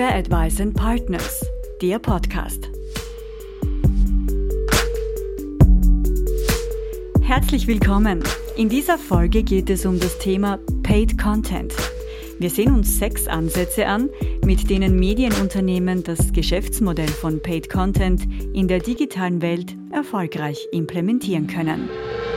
Fair Advice Partners, der Podcast. Herzlich willkommen. In dieser Folge geht es um das Thema Paid Content. Wir sehen uns 6 Ansätze an, mit denen Medienunternehmen das Geschäftsmodell von Paid Content in der digitalen Welt erfolgreich implementieren können.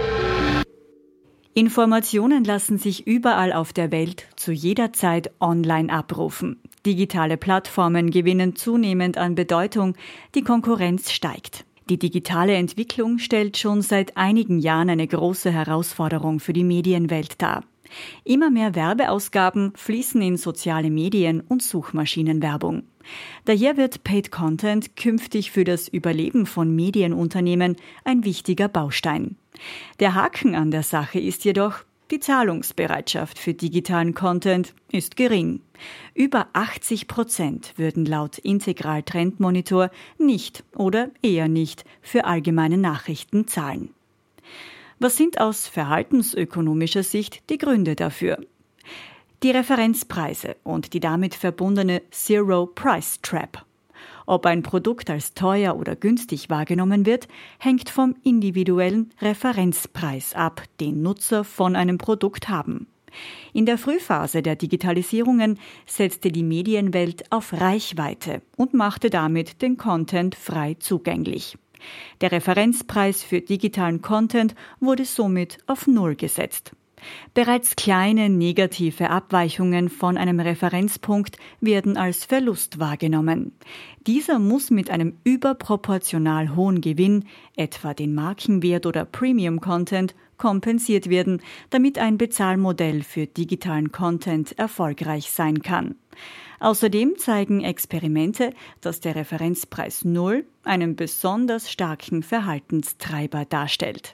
Informationen lassen sich überall auf der Welt zu jeder Zeit online abrufen. Digitale Plattformen gewinnen zunehmend an Bedeutung, die Konkurrenz steigt. Die digitale Entwicklung stellt schon seit einigen Jahren eine große Herausforderung für die Medienwelt dar. Immer mehr Werbeausgaben fließen in soziale Medien und Suchmaschinenwerbung. Daher wird Paid Content künftig für das Überleben von Medienunternehmen ein wichtiger Baustein. Der Haken an der Sache ist jedoch, die Zahlungsbereitschaft für digitalen Content ist gering. Über 80% würden laut Integral Trend Monitor nicht oder eher nicht für allgemeine Nachrichten zahlen. Was sind aus verhaltensökonomischer Sicht die Gründe dafür? Die Referenzpreise und die damit verbundene Zero Price Trap. Ob ein Produkt als teuer oder günstig wahrgenommen wird, hängt vom individuellen Referenzpreis ab, den Nutzer von einem Produkt haben. In der Frühphase der Digitalisierungen setzte die Medienwelt auf Reichweite und machte damit den Content frei zugänglich. Der Referenzpreis für digitalen Content wurde somit auf 0 gesetzt. Bereits kleine negative Abweichungen von einem Referenzpunkt werden als Verlust wahrgenommen. Dieser muss mit einem überproportional hohen Gewinn, etwa den Markenwert oder Premium-Content, kompensiert werden, damit ein Bezahlmodell für digitalen Content erfolgreich sein kann. Außerdem zeigen Experimente, dass der Referenzpreis 0 einen besonders starken Verhaltenstreiber darstellt.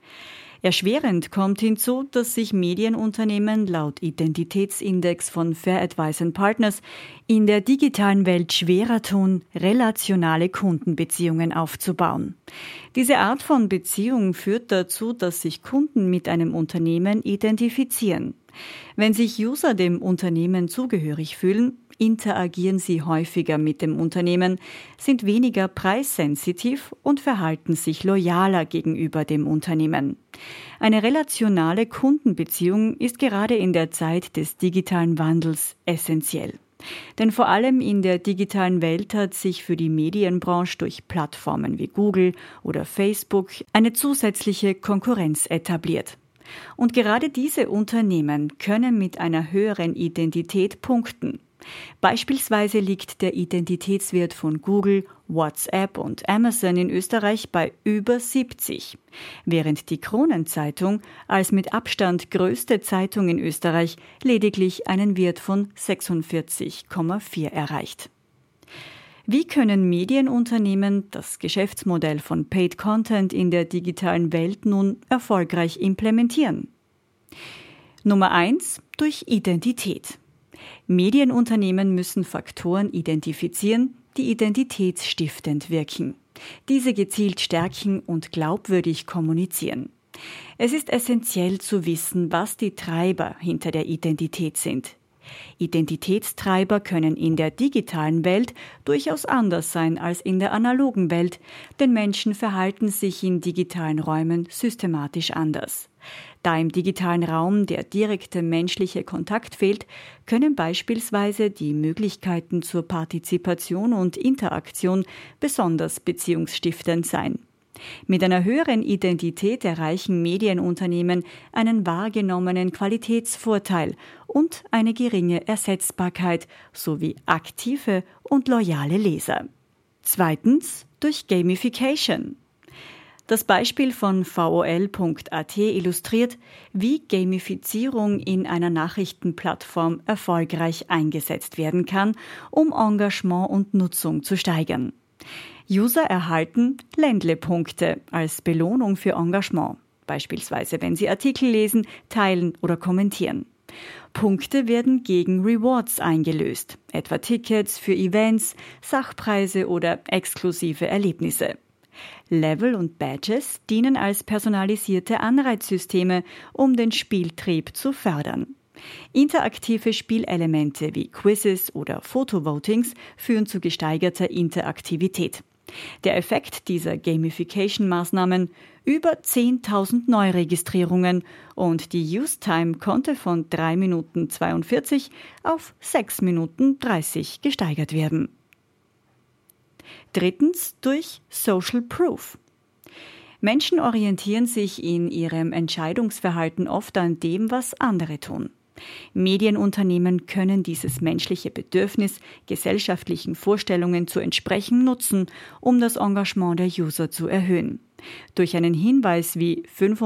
Erschwerend kommt hinzu, dass sich Medienunternehmen laut Identitätsindex von Fair Advice Partners in der digitalen Welt schwerer tun, relationale Kundenbeziehungen aufzubauen. Diese Art von Beziehung führt dazu, dass sich Kunden mit einem Unternehmen identifizieren. Wenn sich User dem Unternehmen zugehörig fühlen, interagieren sie häufiger mit dem Unternehmen, sind weniger preissensitiv und verhalten sich loyaler gegenüber dem Unternehmen. Eine relationale Kundenbeziehung ist gerade in der Zeit des digitalen Wandels essentiell. Denn vor allem in der digitalen Welt hat sich für die Medienbranche durch Plattformen wie Google oder Facebook eine zusätzliche Konkurrenz etabliert. Und gerade diese Unternehmen können mit einer höheren Identität punkten. Beispielsweise liegt der Identitätswert von Google, WhatsApp und Amazon in Österreich bei über 70, während die Kronenzeitung als mit Abstand größte Zeitung in Österreich lediglich einen Wert von 46,4 erreicht. Wie können Medienunternehmen das Geschäftsmodell von Paid Content in der digitalen Welt nun erfolgreich implementieren? Nummer 1: durch Identität. Medienunternehmen müssen Faktoren identifizieren, die identitätsstiftend wirken. Diese gezielt stärken und glaubwürdig kommunizieren. Es ist essentiell zu wissen, was die Treiber hinter der Identität sind. Identitätstreiber können in der digitalen Welt durchaus anders sein als in der analogen Welt, denn Menschen verhalten sich in digitalen Räumen systematisch anders. Da im digitalen Raum der direkte menschliche Kontakt fehlt, können beispielsweise die Möglichkeiten zur Partizipation und Interaktion besonders beziehungsstiftend sein. Mit einer höheren Identität erreichen Medienunternehmen einen wahrgenommenen Qualitätsvorteil und eine geringe Ersetzbarkeit sowie aktive und loyale Leser. 2. durch Gamification. Das Beispiel von VOL.at illustriert, wie Gamifizierung in einer Nachrichtenplattform erfolgreich eingesetzt werden kann, um Engagement und Nutzung zu steigern. User erhalten Ländle-Punkte als Belohnung für Engagement, beispielsweise wenn sie Artikel lesen, teilen oder kommentieren. Punkte werden gegen Rewards eingelöst, etwa Tickets für Events, Sachpreise oder exklusive Erlebnisse. Level und Badges dienen als personalisierte Anreizsysteme, um den Spieltrieb zu fördern. Interaktive Spielelemente wie Quizzes oder Fotovotings führen zu gesteigerter Interaktivität. Der Effekt dieser Gamification-Maßnahmen: über 10.000 Neuregistrierungen und die Use-Time konnte von 3 Minuten 42 auf 6 Minuten 30 gesteigert werden. Drittens, durch Social Proof. Menschen orientieren sich in ihrem Entscheidungsverhalten oft an dem, was andere tun. Medienunternehmen können dieses menschliche Bedürfnis, gesellschaftlichen Vorstellungen zu entsprechen, nutzen, um das Engagement der User zu erhöhen. Durch einen Hinweis wie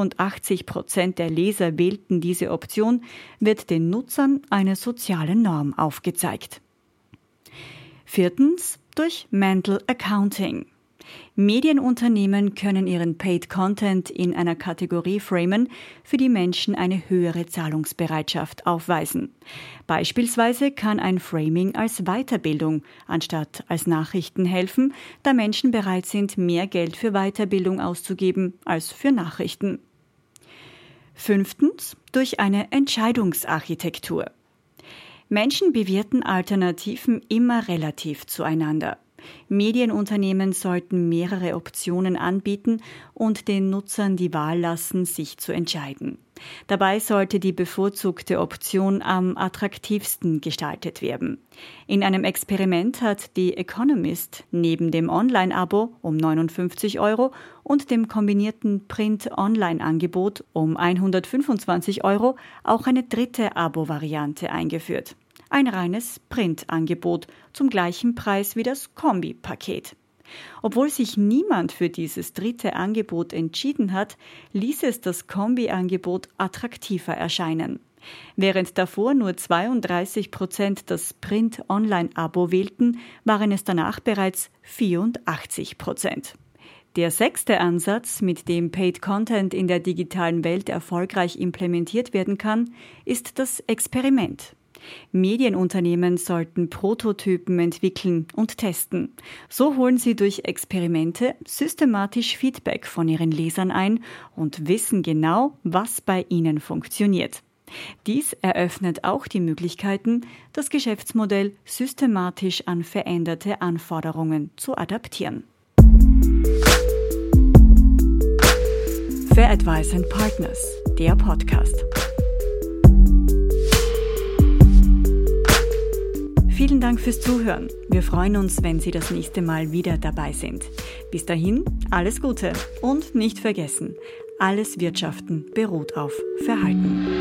85% der Leser wählten diese Option, wird den Nutzern eine soziale Norm aufgezeigt. Viertens, durch Mental Accounting. Medienunternehmen können ihren Paid Content in einer Kategorie framen, für die Menschen eine höhere Zahlungsbereitschaft aufweisen. Beispielsweise kann ein Framing als Weiterbildung anstatt als Nachrichten helfen, da Menschen bereit sind, mehr Geld für Weiterbildung auszugeben als für Nachrichten. Fünftens, durch eine Entscheidungsarchitektur. Menschen bewerten Alternativen immer relativ zueinander. Medienunternehmen sollten mehrere Optionen anbieten und den Nutzern die Wahl lassen, sich zu entscheiden. Dabei sollte die bevorzugte Option am attraktivsten gestaltet werden. In einem Experiment hat The Economist neben dem Online-Abo um 59 € und dem kombinierten Print-Online-Angebot um 125 € auch eine dritte Abo-Variante eingeführt. Ein reines Print-Angebot zum gleichen Preis wie das Kombi-Paket. Obwohl sich niemand für dieses dritte Angebot entschieden hat, ließ es das Kombi-Angebot attraktiver erscheinen. Während davor nur 32% das Print-Online-Abo wählten, waren es danach bereits 84%. Der sechste Ansatz, mit dem Paid Content in der digitalen Welt erfolgreich implementiert werden kann, ist das Experiment. Medienunternehmen sollten Prototypen entwickeln und testen. So holen sie durch Experimente systematisch Feedback von ihren Lesern ein und wissen genau, was bei ihnen funktioniert. Dies eröffnet auch die Möglichkeiten, das Geschäftsmodell systematisch an veränderte Anforderungen zu adaptieren. Fair Advice & Partners, der Podcast. Vielen Dank fürs Zuhören. Wir freuen uns, wenn Sie das nächste Mal wieder dabei sind. Bis dahin, alles Gute und nicht vergessen, alles Wirtschaften beruht auf Verhalten.